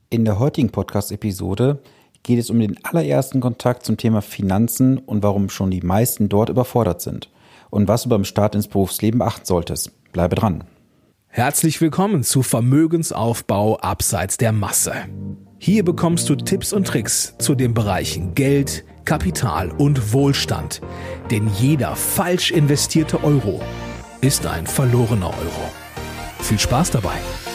In der heutigen Podcast-Episode geht es um den allerersten Kontakt zum Thema Finanzen und warum schon die meisten dort überfordert sind und was du beim Start ins Berufsleben beachten solltest. Bleibe dran. Herzlich willkommen zu Vermögensaufbau abseits der Masse. Hier bekommst du Tipps und Tricks zu den Bereichen Geld, Kapital und Wohlstand. Denn jeder falsch investierte Euro ist ein verlorener Euro. Viel Spaß dabei!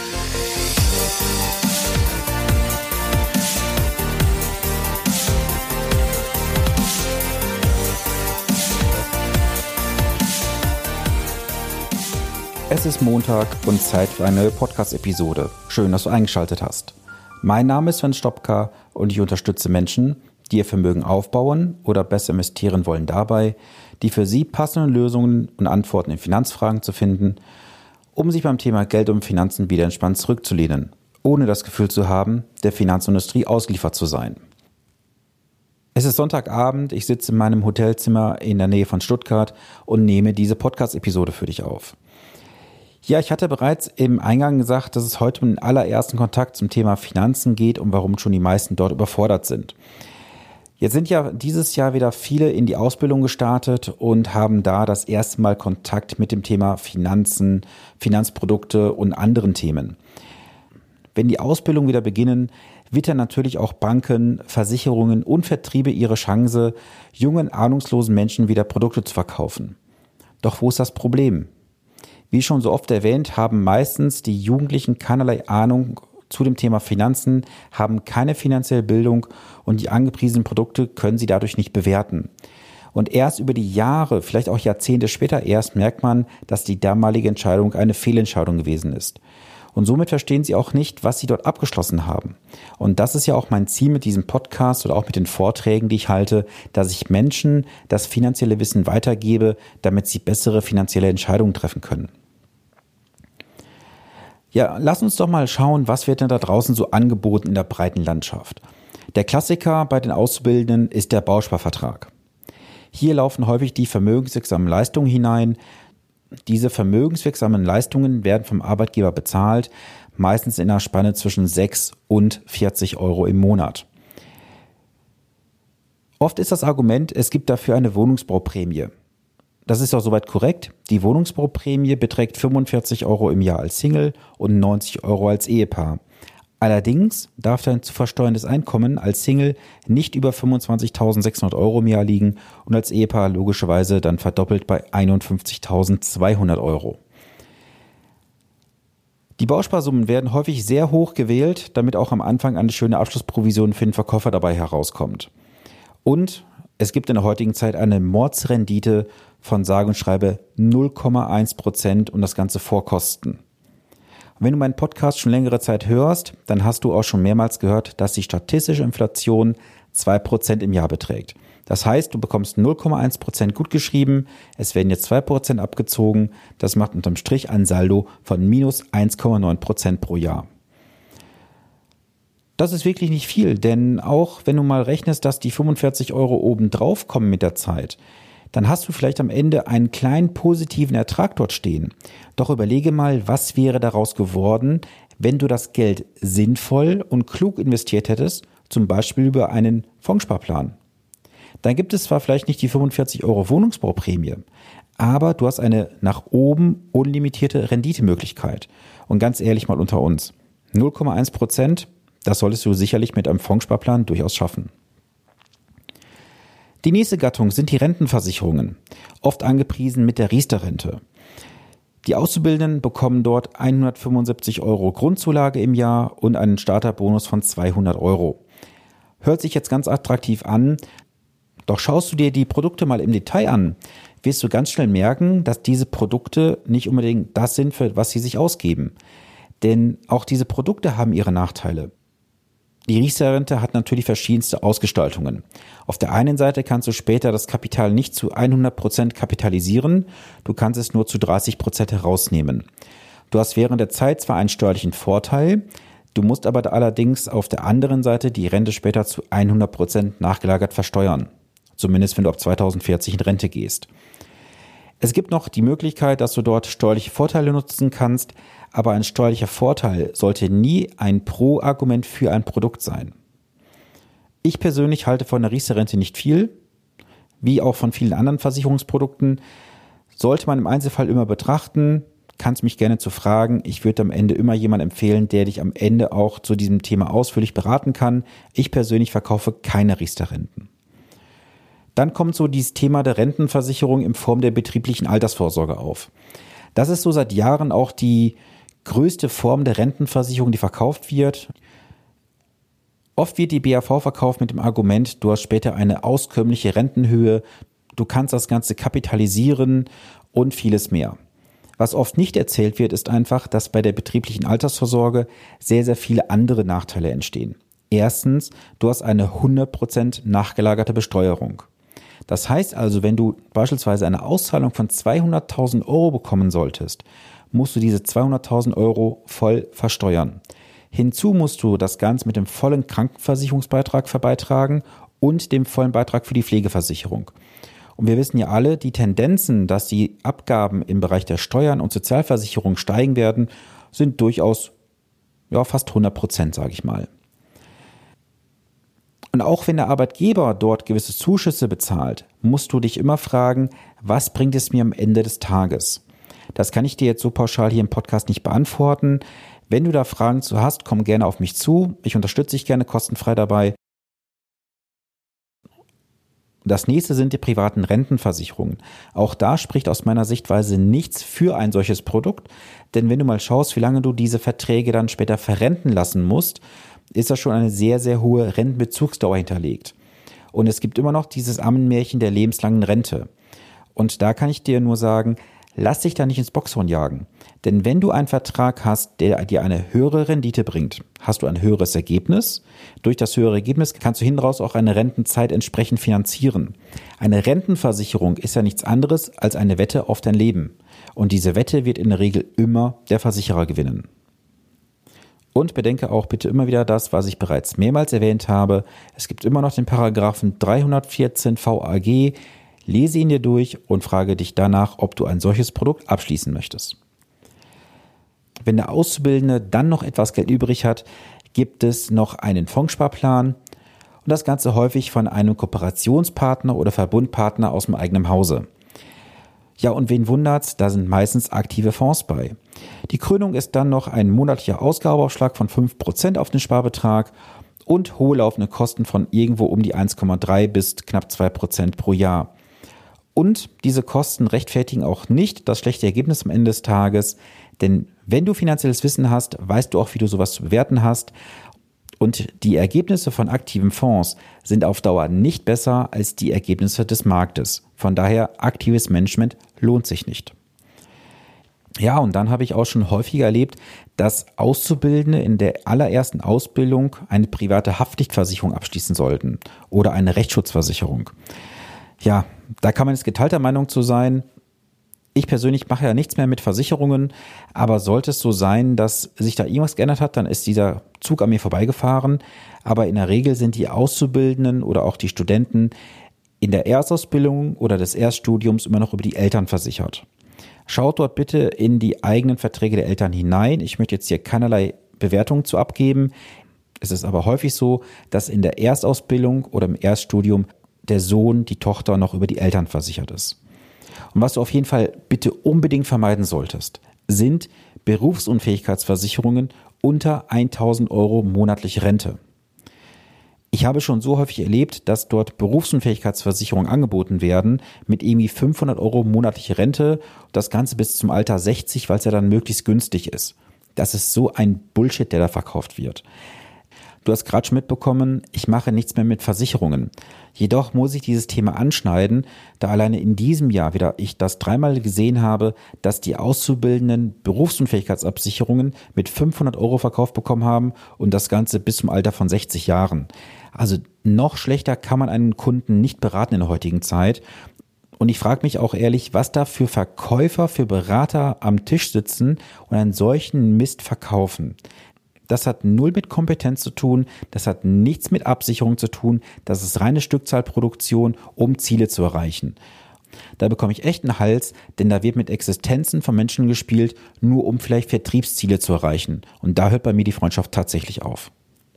Es ist Montag und Zeit für eine neue Podcast-Episode. Schön, dass du eingeschaltet hast. Mein Name ist Sven Stopka und ich unterstütze Menschen, die ihr Vermögen aufbauen oder besser investieren wollen dabei, die für sie passenden Lösungen und Antworten in Finanzfragen zu finden, um sich beim Thema Geld und Finanzen wieder entspannt zurückzulehnen, ohne das Gefühl zu haben, der Finanzindustrie ausgeliefert zu sein. Es ist Sonntagabend, ich sitze in meinem Hotelzimmer in der Nähe von Stuttgart und nehme diese Podcast-Episode für dich auf. Ja, ich hatte bereits im Eingang gesagt, dass es heute um den allerersten Kontakt zum Thema Finanzen geht und warum schon die meisten dort überfordert sind. Jetzt sind ja dieses Jahr wieder viele in die Ausbildung gestartet und haben da das erste Mal Kontakt mit dem Thema Finanzen, Finanzprodukte und anderen Themen. Wenn die Ausbildung wieder beginnen, wittern natürlich auch Banken, Versicherungen und Vertriebe ihre Chance, jungen, ahnungslosen Menschen wieder Produkte zu verkaufen. Doch wo ist das Problem? Wie schon so oft erwähnt, haben meistens die Jugendlichen keinerlei Ahnung zu dem Thema Finanzen, haben keine finanzielle Bildung und die angepriesenen Produkte können sie dadurch nicht bewerten. Und erst über die Jahre, vielleicht auch Jahrzehnte später erst, merkt man, dass die damalige Entscheidung eine Fehlentscheidung gewesen ist. Und somit verstehen sie auch nicht, was sie dort abgeschlossen haben. Und das ist ja auch mein Ziel mit diesem Podcast oder auch mit den Vorträgen, die ich halte, dass ich Menschen das finanzielle Wissen weitergebe, damit sie bessere finanzielle Entscheidungen treffen können. Ja, lass uns doch mal schauen, was wird denn da draußen so angeboten in der breiten Landschaft. Der Klassiker bei den Auszubildenden ist der Bausparvertrag. Hier laufen häufig die vermögenswirksamen Leistungen hinein. Diese vermögenswirksamen Leistungen werden vom Arbeitgeber bezahlt, meistens in einer Spanne zwischen 6 und 40 Euro im Monat. Oft ist das Argument, es gibt dafür eine Wohnungsbauprämie. Das ist auch soweit korrekt. Die Wohnungsbauprämie beträgt 45 Euro im Jahr als Single und 90 Euro als Ehepaar. Allerdings darf dein zu versteuerndes Einkommen als Single nicht über 25.600 Euro im Jahr liegen und als Ehepaar logischerweise dann verdoppelt bei 51.200 Euro. Die Bausparsummen werden häufig sehr hoch gewählt, damit auch am Anfang eine schöne Abschlussprovision für den Verkäufer dabei herauskommt. Und es gibt in der heutigen Zeit eine Mordsrendite von sage und schreibe 0,1% und das Ganze vor Kosten. Und wenn du meinen Podcast schon längere Zeit hörst, dann hast du auch schon mehrmals gehört, dass die statistische Inflation 2% im Jahr beträgt. Das heißt, du bekommst 0,1% gutgeschrieben, es werden jetzt 2% abgezogen, das macht unterm Strich ein Saldo von minus 1,9% pro Jahr. Das ist wirklich nicht viel, denn auch wenn du mal rechnest, dass die 45 Euro obendrauf kommen mit der Zeit, dann hast du vielleicht am Ende einen kleinen positiven Ertrag dort stehen. Doch überlege mal, was wäre daraus geworden, wenn du das Geld sinnvoll und klug investiert hättest, zum Beispiel über einen Fondssparplan. Dann gibt es zwar vielleicht nicht die 45 Euro Wohnungsbauprämie, aber du hast eine nach oben unlimitierte Renditemöglichkeit. Und ganz ehrlich mal unter uns, 0,1%, das solltest du sicherlich mit einem Fondssparplan durchaus schaffen. Die nächste Gattung sind die Rentenversicherungen, oft angepriesen mit der Riester-Rente. Die Auszubildenden bekommen dort 175 Euro Grundzulage im Jahr und einen Starterbonus von 200 Euro. Hört sich jetzt ganz attraktiv an, doch schaust du dir die Produkte mal im Detail an, wirst du ganz schnell merken, dass diese Produkte nicht unbedingt das sind, für was sie sich ausgeben. Denn auch diese Produkte haben ihre Nachteile. Die Riester-Rente hat natürlich verschiedenste Ausgestaltungen. Auf der einen Seite kannst du später das Kapital nicht zu 100% kapitalisieren, du kannst es nur zu 30% herausnehmen. Du hast während der Zeit zwar einen steuerlichen Vorteil, du musst aber allerdings auf der anderen Seite die Rente später zu 100% nachgelagert versteuern. Zumindest wenn du ab 2040 in Rente gehst. Es gibt noch die Möglichkeit, dass du dort steuerliche Vorteile nutzen kannst, aber ein steuerlicher Vorteil sollte nie ein Pro-Argument für ein Produkt sein. Ich persönlich halte von der Riester-Rente nicht viel, wie auch von vielen anderen Versicherungsprodukten. Sollte man im Einzelfall immer betrachten, kannst mich gerne zu fragen. Ich würde am Ende immer jemanden empfehlen, der dich am Ende auch zu diesem Thema ausführlich beraten kann. Ich persönlich verkaufe keine Riester-Renten. Dann kommt so dieses Thema der Rentenversicherung in Form der betrieblichen Altersvorsorge auf. Das ist so seit Jahren auch die größte Form der Rentenversicherung, die verkauft wird. Oft wird die BAV verkauft mit dem Argument, du hast später eine auskömmliche Rentenhöhe, du kannst das Ganze kapitalisieren und vieles mehr. Was oft nicht erzählt wird, ist einfach, dass bei der betrieblichen Altersvorsorge sehr, sehr viele andere Nachteile entstehen. Erstens, du hast eine 100% nachgelagerte Besteuerung. Das heißt also, wenn du beispielsweise eine Auszahlung von 200.000 Euro bekommen solltest, musst du diese 200.000 Euro voll versteuern. Hinzu musst du das Ganze mit dem vollen Krankenversicherungsbeitrag verbeitragen und dem vollen Beitrag für die Pflegeversicherung. Und wir wissen ja alle, die Tendenzen, dass die Abgaben im Bereich der Steuern und Sozialversicherung steigen werden, sind durchaus fast 100%, sage ich mal. Und auch wenn der Arbeitgeber dort gewisse Zuschüsse bezahlt, musst du dich immer fragen, was bringt es mir am Ende des Tages? Das kann ich dir jetzt so pauschal hier im Podcast nicht beantworten. Wenn du da Fragen zu hast, komm gerne auf mich zu. Ich unterstütze dich gerne kostenfrei dabei. Das nächste sind die privaten Rentenversicherungen. Auch da spricht aus meiner Sichtweise nichts für ein solches Produkt, denn wenn du mal schaust, wie lange du diese Verträge dann später verrenten lassen musst, ist da schon eine sehr, sehr hohe Rentenbezugsdauer hinterlegt. Und es gibt immer noch dieses Ammenmärchen der lebenslangen Rente. Und da kann ich dir nur sagen, lass dich da nicht ins Boxhorn jagen. Denn wenn du einen Vertrag hast, der dir eine höhere Rendite bringt, hast du ein höheres Ergebnis. Durch das höhere Ergebnis kannst du hinten raus auch eine Rentenzeit entsprechend finanzieren. Eine Rentenversicherung ist ja nichts anderes als eine Wette auf dein Leben. Und diese Wette wird in der Regel immer der Versicherer gewinnen. Und bedenke auch bitte immer wieder das, was ich bereits mehrmals erwähnt habe. Es gibt immer noch den Paragraphen 314 VAG. Lese ihn dir durch und frage dich danach, ob du ein solches Produkt abschließen möchtest. Wenn der Auszubildende dann noch etwas Geld übrig hat, gibt es noch einen Fondssparplan und das Ganze häufig von einem Kooperationspartner oder Verbundpartner aus dem eigenen Hause. Ja, und wen wundert's, da sind meistens aktive Fonds bei. Die Krönung ist dann noch ein monatlicher Ausgabeaufschlag von 5% auf den Sparbetrag und hohe laufende Kosten von irgendwo um die 1,3 bis knapp 2% pro Jahr. Und diese Kosten rechtfertigen auch nicht das schlechte Ergebnis am Ende des Tages, denn wenn du finanzielles Wissen hast, weißt du auch, wie du sowas zu bewerten hast. Und die Ergebnisse von aktiven Fonds sind auf Dauer nicht besser als die Ergebnisse des Marktes. Von daher, aktives Management lohnt sich nicht. Ja, und dann habe ich auch schon häufiger erlebt, dass Auszubildende in der allerersten Ausbildung eine private Haftpflichtversicherung abschließen sollten oder eine Rechtsschutzversicherung. Ja, da kann man jetzt geteilter Meinung zu sein. Ich persönlich mache ja nichts mehr mit Versicherungen, aber sollte es so sein, dass sich da irgendwas geändert hat, dann ist dieser Zug an mir vorbeigefahren. Aber in der Regel sind die Auszubildenden oder auch die Studenten in der Erstausbildung oder des Erststudiums immer noch über die Eltern versichert. Schaut dort bitte in die eigenen Verträge der Eltern hinein. Ich möchte jetzt hier keinerlei Bewertungen zu abgeben. Es ist aber häufig so, dass in der Erstausbildung oder im Erststudium der Sohn, die Tochter noch über die Eltern versichert ist. Und was du auf jeden Fall bitte unbedingt vermeiden solltest, sind Berufsunfähigkeitsversicherungen unter 1.000 Euro monatliche Rente. Ich habe schon so häufig erlebt, dass dort Berufsunfähigkeitsversicherungen angeboten werden mit irgendwie 500 Euro monatliche Rente, das Ganze bis zum Alter 60, weil es ja dann möglichst günstig ist. Das ist so ein Bullshit, der da verkauft wird. Du hast gerade schon mitbekommen, ich mache nichts mehr mit Versicherungen. Jedoch muss ich dieses Thema anschneiden, da alleine in diesem Jahr wieder ich das 3-mal gesehen habe, dass die Auszubildenden Berufsunfähigkeitsabsicherungen mit 500 Euro verkauft bekommen haben und das Ganze bis zum Alter von 60 Jahren. Also noch schlechter kann man einen Kunden nicht beraten in der heutigen Zeit. Und ich frage mich auch ehrlich, was da für Verkäufer, für Berater am Tisch sitzen und einen solchen Mist verkaufen. Das hat null mit Kompetenz zu tun, das hat nichts mit Absicherung zu tun, das ist reine Stückzahlproduktion, um Ziele zu erreichen. Da bekomme ich echt einen Hals, denn da wird mit Existenzen von Menschen gespielt, nur um vielleicht Vertriebsziele zu erreichen. Und da hört bei mir die Freundschaft tatsächlich auf.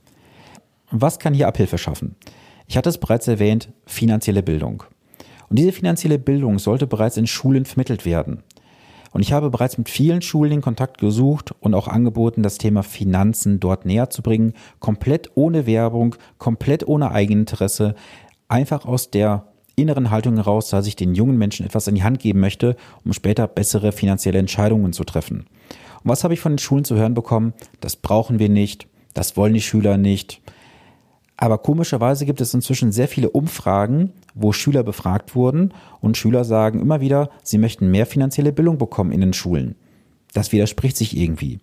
Was kann hier Abhilfe schaffen? Ich hatte es bereits erwähnt, finanzielle Bildung. Und diese finanzielle Bildung sollte bereits in Schulen vermittelt werden. Und ich habe bereits mit vielen Schulen in Kontakt gesucht und auch angeboten, das Thema Finanzen dort näher zu bringen, komplett ohne Werbung, komplett ohne Eigeninteresse, einfach aus der inneren Haltung heraus, dass ich den jungen Menschen etwas in die Hand geben möchte, um später bessere finanzielle Entscheidungen zu treffen. Und was habe ich von den Schulen zu hören bekommen? Das brauchen wir nicht, das wollen die Schüler nicht. Aber komischerweise gibt es inzwischen sehr viele Umfragen, wo Schüler befragt wurden und Schüler sagen immer wieder, sie möchten mehr finanzielle Bildung bekommen in den Schulen. Das widerspricht sich irgendwie.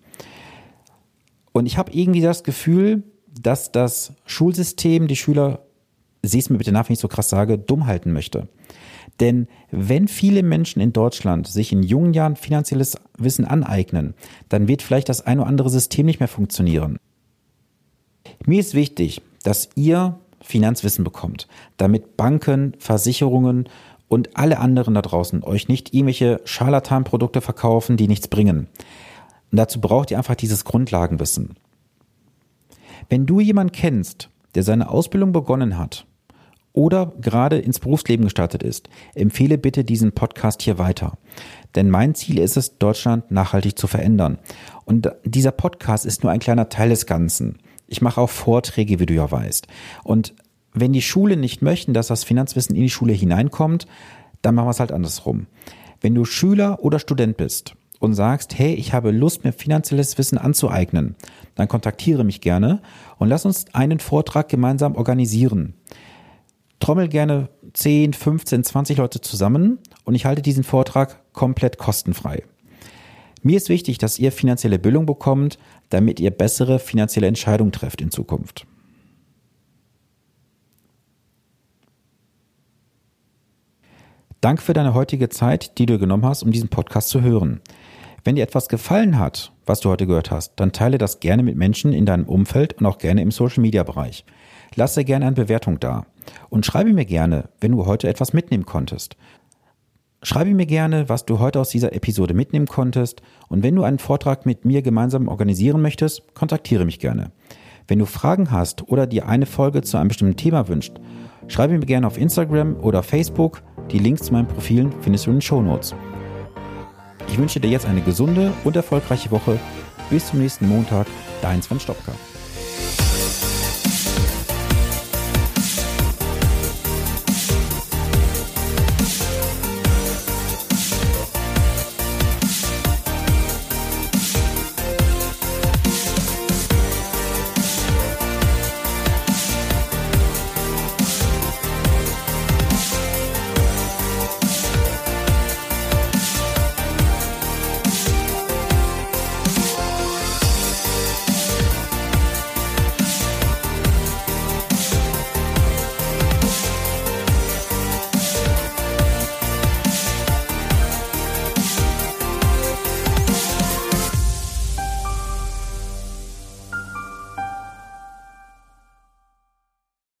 Und ich habe irgendwie das Gefühl, dass das Schulsystem die Schüler, sieh es mir bitte nach, wenn ich so krass sage, dumm halten möchte. Denn wenn viele Menschen in Deutschland sich in jungen Jahren finanzielles Wissen aneignen, dann wird vielleicht das ein oder andere System nicht mehr funktionieren. Mir ist wichtig, dass ihr Finanzwissen bekommt, damit Banken, Versicherungen und alle anderen da draußen euch nicht irgendwelche Scharlatanprodukte verkaufen, die nichts bringen. Und dazu braucht ihr einfach dieses Grundlagenwissen. Wenn du jemanden kennst, der seine Ausbildung begonnen hat oder gerade ins Berufsleben gestartet ist, empfehle bitte diesen Podcast hier weiter. Denn mein Ziel ist es, Deutschland nachhaltig zu verändern. Und dieser Podcast ist nur ein kleiner Teil des Ganzen. Ich mache auch Vorträge, wie du ja weißt. Und wenn die Schulen nicht möchten, dass das Finanzwissen in die Schule hineinkommt, dann machen wir es halt andersrum. Wenn du Schüler oder Student bist und sagst, hey, ich habe Lust, mir finanzielles Wissen anzueignen, dann kontaktiere mich gerne und lass uns einen Vortrag gemeinsam organisieren. Trommel gerne 10, 15, 20 Leute zusammen und ich halte diesen Vortrag komplett kostenfrei. Mir ist wichtig, dass ihr finanzielle Bildung bekommt, damit ihr bessere finanzielle Entscheidungen trefft in Zukunft. Danke für deine heutige Zeit, die du genommen hast, um diesen Podcast zu hören. Wenn dir etwas gefallen hat, was du heute gehört hast, dann teile das gerne mit Menschen in deinem Umfeld und auch gerne im Social-Media-Bereich. Lasse gerne eine Bewertung da und schreibe mir gerne, wenn du heute etwas mitnehmen konntest. Schreibe mir gerne, was du heute aus dieser Episode mitnehmen konntest und wenn du einen Vortrag mit mir gemeinsam organisieren möchtest, kontaktiere mich gerne. Wenn du Fragen hast oder dir eine Folge zu einem bestimmten Thema wünscht, schreibe mir gerne auf Instagram oder Facebook. Die Links zu meinen Profilen findest du in den Shownotes. Ich wünsche dir jetzt eine gesunde und erfolgreiche Woche. Bis zum nächsten Montag, dein Sven Stopka.